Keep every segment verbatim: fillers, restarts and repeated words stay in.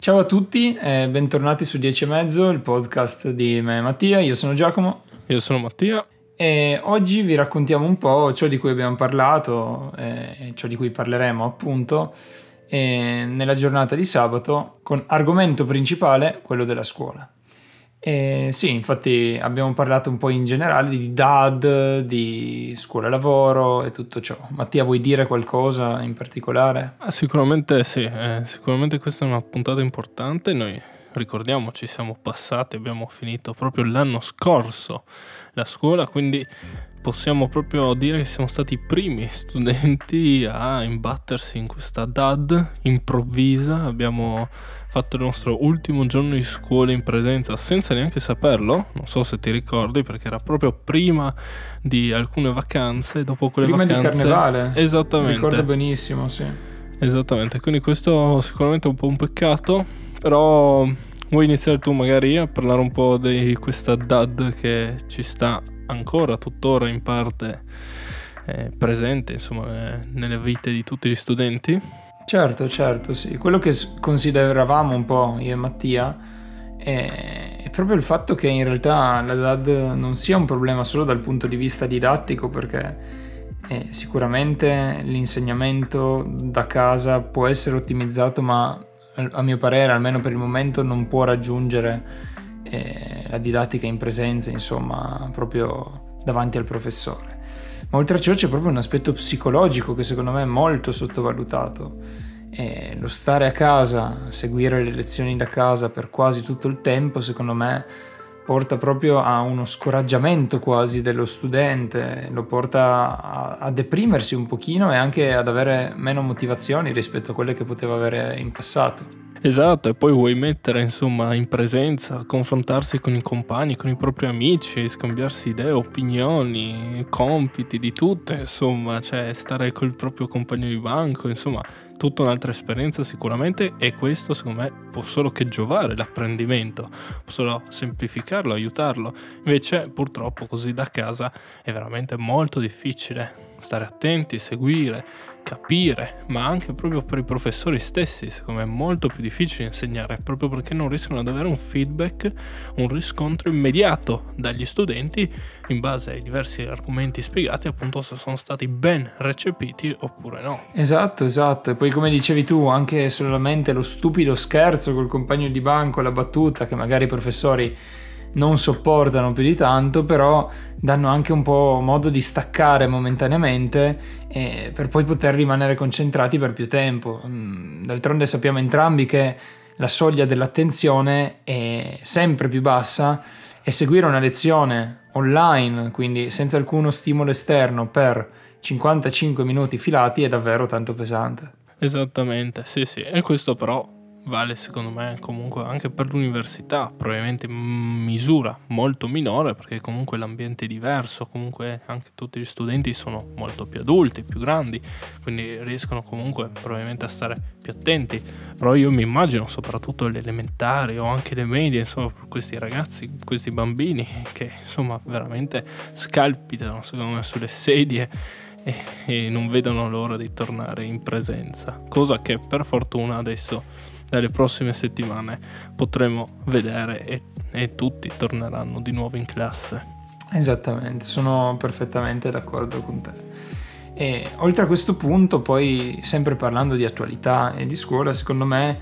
Ciao a tutti e bentornati su dieci e mezzo, il podcast di me e Mattia. Io sono Giacomo Io sono Mattia e oggi vi raccontiamo un po' ciò di cui abbiamo parlato e ciò di cui parleremo appunto eh, nella giornata di sabato, con argomento principale quello della scuola. E sì, infatti abbiamo parlato un po' in generale di D A D, di scuola e lavoro e tutto ciò. Mattia, vuoi dire qualcosa in particolare? Ah, sicuramente sì, eh, sicuramente questa è una puntata importante. Noi ricordiamoci, siamo passati, abbiamo finito proprio l'anno scorso la scuola, quindi possiamo proprio dire che siamo stati i primi studenti a imbattersi in questa D A D improvvisa. Abbiamo fatto il nostro ultimo giorno di scuola in presenza senza neanche saperlo, non so se ti ricordi, perché era proprio prima di alcune vacanze, dopo quelle Prima vacanze... di Carnevale. Esattamente. Ricordo benissimo, sì. Esattamente, quindi questo sicuramente è un po' un peccato, però vuoi iniziare tu magari a parlare un po' di questa D A D che ci sta ancora tuttora in parte eh, presente, insomma, eh, nelle vite di tutti gli studenti? Certo, certo, sì. Quello che s- consideravamo un po' io e Mattia è, è proprio il fatto che in realtà la D A D non sia un problema solo dal punto di vista didattico, perché eh, sicuramente l'insegnamento da casa può essere ottimizzato, ma a a mio parere, almeno per il momento, non può raggiungere eh, la didattica in presenza, insomma, proprio davanti al professore. Ma oltre a ciò c'è proprio un aspetto psicologico che secondo me è molto sottovalutato. E lo stare a casa, seguire le lezioni da casa per quasi tutto il tempo, secondo me porta proprio a uno scoraggiamento quasi dello studente, lo porta a, a deprimersi un pochino e anche ad avere meno motivazioni rispetto a quelle che poteva avere in passato. Esatto, e poi vuoi mettere insomma in presenza, confrontarsi con i compagni, con i propri amici, scambiarsi idee, opinioni, compiti, di tutto, insomma, cioè stare col proprio compagno di banco, insomma, tutta un'altra esperienza sicuramente, e questo secondo me può solo che giovare l'apprendimento, può solo semplificarlo, aiutarlo. Invece purtroppo così da casa è veramente molto difficile stare attenti, seguire, capire, ma anche proprio per i professori stessi secondo me è molto più difficile insegnare, proprio perché non riescono ad avere un feedback, un riscontro immediato dagli studenti in base ai diversi argomenti spiegati, appunto, se sono stati ben recepiti oppure no. Esatto, esatto. E poi come dicevi tu, anche solamente lo stupido scherzo col compagno di banco, la battuta che magari i professori non sopportano più di tanto, però danno anche un po' modo di staccare momentaneamente eh, per poi poter rimanere concentrati per più tempo. Mm, D'altronde sappiamo entrambi che la soglia dell'attenzione è sempre più bassa e seguire una lezione online, quindi senza alcuno stimolo esterno, per cinquantacinque minuti filati è davvero tanto pesante. Esattamente, sì sì, e questo però vale secondo me comunque anche per l'università, probabilmente in misura molto minore, perché comunque l'ambiente è diverso, comunque anche tutti gli studenti sono molto più adulti, più grandi, quindi riescono comunque probabilmente a stare più attenti. Però io mi immagino soprattutto le elementari o anche le medie, insomma, per questi ragazzi, questi bambini che insomma veramente scalpitano secondo me sulle sedie e, e non vedono l'ora di tornare in presenza, cosa che per fortuna adesso dalle prossime settimane potremo vedere e, e tutti torneranno di nuovo in classe. Esattamente, sono perfettamente d'accordo con te. E oltre a questo punto, poi sempre parlando di attualità e di scuola, secondo me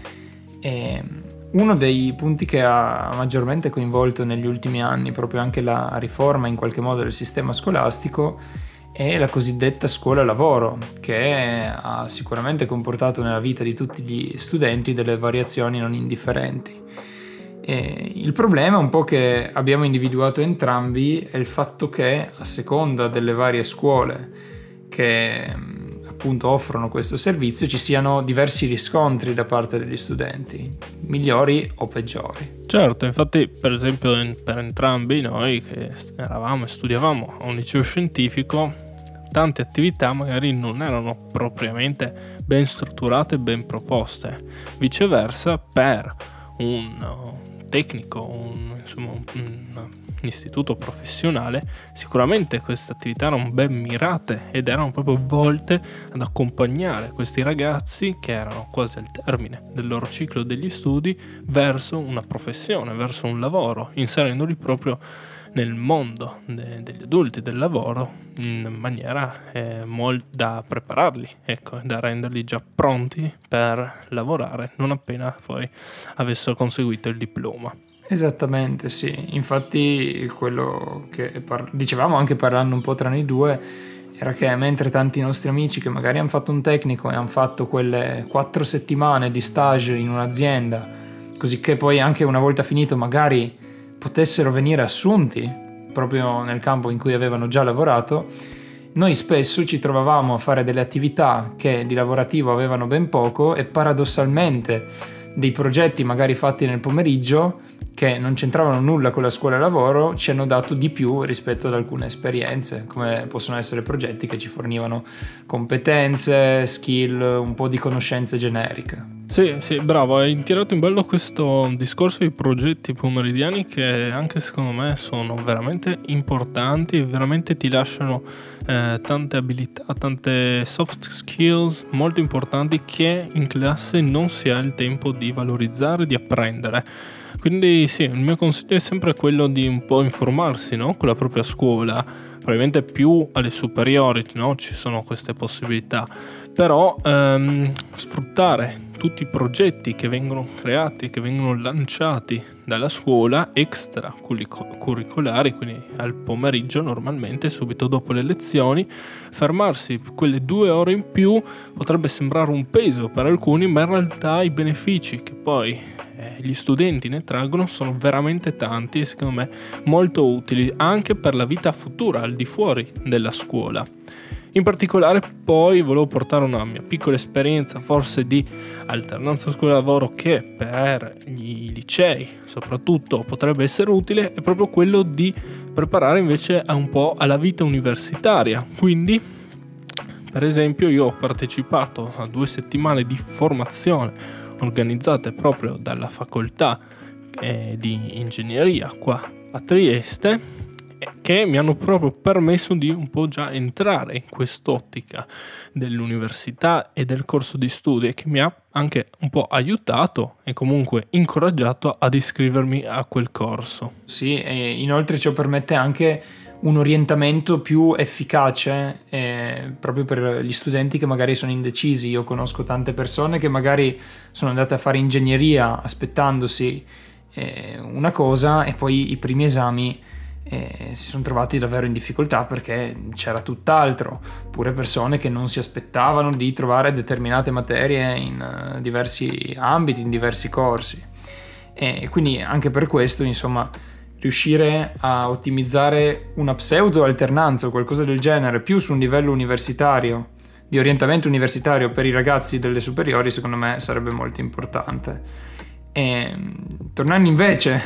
è uno dei punti che ha maggiormente coinvolto negli ultimi anni proprio anche la riforma in qualche modo del sistema scolastico è la cosiddetta scuola-lavoro, che ha sicuramente comportato nella vita di tutti gli studenti delle variazioni non indifferenti. E il problema un po' che abbiamo individuato entrambi è il fatto che a seconda delle varie scuole che appunto offrono questo servizio ci siano diversi riscontri da parte degli studenti, migliori o peggiori. Certo, infatti per esempio per entrambi noi che eravamo e studiavamo a un liceo scientifico, tante attività magari non erano propriamente ben strutturate e ben proposte. Viceversa, per un tecnico, un, insomma, un, istituto professionale, sicuramente queste attività erano ben mirate ed erano proprio volte ad accompagnare questi ragazzi che erano quasi al termine del loro ciclo degli studi verso una professione, verso un lavoro, inserendoli proprio nel mondo de- degli adulti, del lavoro, in maniera eh, mol- da prepararli, ecco, da renderli già pronti per lavorare non appena poi avessero conseguito il diploma. Esattamente, sì. Infatti quello che par- dicevamo anche parlando un po' tra noi due era che mentre tanti nostri amici che magari hanno fatto un tecnico e hanno fatto quelle quattro settimane di stage in un'azienda, così che poi anche una volta finito magari potessero venire assunti proprio nel campo in cui avevano già lavorato, noi spesso ci trovavamo a fare delle attività che di lavorativo avevano ben poco e paradossalmente dei progetti magari fatti nel pomeriggio che non c'entravano nulla con la scuola e lavoro ci hanno dato di più rispetto ad alcune esperienze, come possono essere progetti che ci fornivano competenze, skill, un po' di conoscenze generiche. Sì, sì, bravo, hai tirato in bello questo discorso dei progetti pomeridiani che anche secondo me sono veramente importanti e veramente ti lasciano eh, tante abilità, tante soft skills molto importanti che in classe non si ha il tempo di valorizzare, di apprendere. Quindi sì, il mio consiglio è sempre quello di un po' informarsi, no? Con la propria scuola, probabilmente più alle superiori, no? Ci sono queste possibilità, però ehm, sfruttare tutti i progetti che vengono creati, che vengono lanciati dalla scuola extra curricolari, quindi al pomeriggio normalmente, subito dopo le lezioni, fermarsi quelle due ore in più potrebbe sembrare un peso per alcuni, ma in realtà i benefici che poi eh, gli studenti ne traggono sono veramente tanti e secondo me molto utili anche per la vita futura al di fuori della scuola. In particolare poi volevo portare una mia piccola esperienza forse di alternanza scuola-lavoro che per i licei soprattutto potrebbe essere utile, è proprio quello di preparare invece a un po' alla vita universitaria. Quindi per esempio io ho partecipato a due settimane di formazione organizzate proprio dalla facoltà eh, di ingegneria qua a Trieste, che mi hanno proprio permesso di un po' già entrare in quest'ottica dell'università e del corso di studi e che mi ha anche un po' aiutato e comunque incoraggiato ad iscrivermi a quel corso. Sì, e inoltre ciò permette anche un orientamento più efficace eh, proprio per gli studenti che magari sono indecisi. Io conosco tante persone che magari sono andate a fare ingegneria aspettandosi eh, una cosa e poi i primi esami e si sono trovati davvero in difficoltà perché c'era tutt'altro, pure persone che non si aspettavano di trovare determinate materie in uh, diversi ambiti, in diversi corsi, e quindi anche per questo insomma riuscire a ottimizzare una pseudo alternanza o qualcosa del genere più su un livello universitario, di orientamento universitario per i ragazzi delle superiori, secondo me sarebbe molto importante. E tornando invece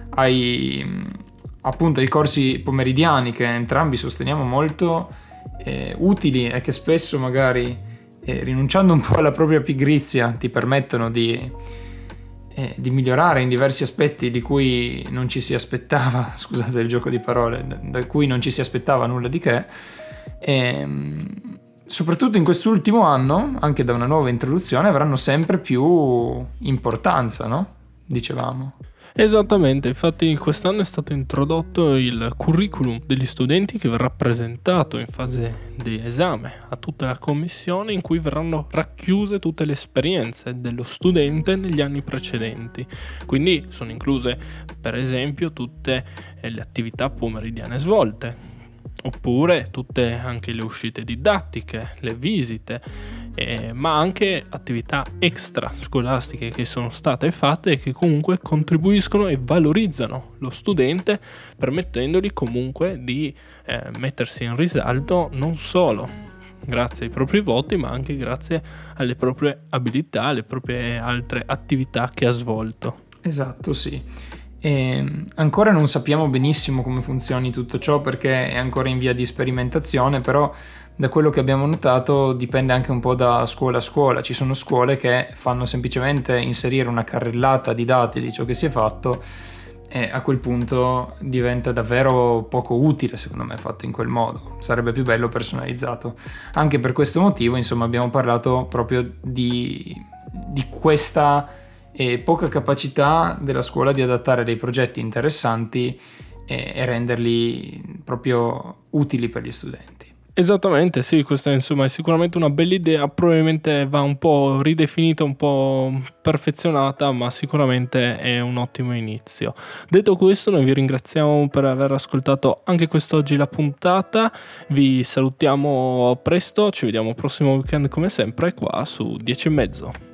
ai appunto i corsi pomeridiani, che entrambi sosteniamo molto eh, utili e che spesso magari eh, rinunciando un po' alla propria pigrizia ti permettono di, eh, di migliorare in diversi aspetti di cui non ci si aspettava, scusate il gioco di parole, da, da cui non ci si aspettava nulla di che, e, soprattutto in quest'ultimo anno, anche da una nuova introduzione, avranno sempre più importanza, no? Dicevamo. Esattamente, infatti quest'anno è stato introdotto il curriculum degli studenti che verrà presentato in fase di esame a tutta la commissione, in cui verranno racchiuse tutte le esperienze dello studente negli anni precedenti. Quindi sono incluse per esempio tutte le attività pomeridiane svolte, oppure tutte anche le uscite didattiche, le visite, eh, ma anche attività extra scolastiche che sono state fatte e che comunque contribuiscono e valorizzano lo studente, permettendogli comunque di eh, mettersi in risalto non solo grazie ai propri voti, ma anche grazie alle proprie abilità, alle proprie altre attività che ha svolto. Esatto, sì. E ancora non sappiamo benissimo come funzioni tutto ciò perché è ancora in via di sperimentazione, però da quello che abbiamo notato dipende anche un po' da scuola a scuola. Ci sono scuole che fanno semplicemente inserire una carrellata di dati di ciò che si è fatto e a quel punto diventa davvero poco utile, secondo me, fatto in quel modo. Sarebbe più bello personalizzato. Anche per questo motivo, insomma, abbiamo parlato proprio di, di questa eh, poca capacità della scuola di adattare dei progetti interessanti e, e renderli proprio utili per gli studenti. Esattamente, sì, questa insomma è sicuramente una bella idea, probabilmente va un po' ridefinita, un po' perfezionata, ma sicuramente è un ottimo inizio. Detto questo, noi vi ringraziamo per aver ascoltato anche quest'oggi la puntata, vi salutiamo presto, ci vediamo il prossimo weekend come sempre qua su dieci e mezzo.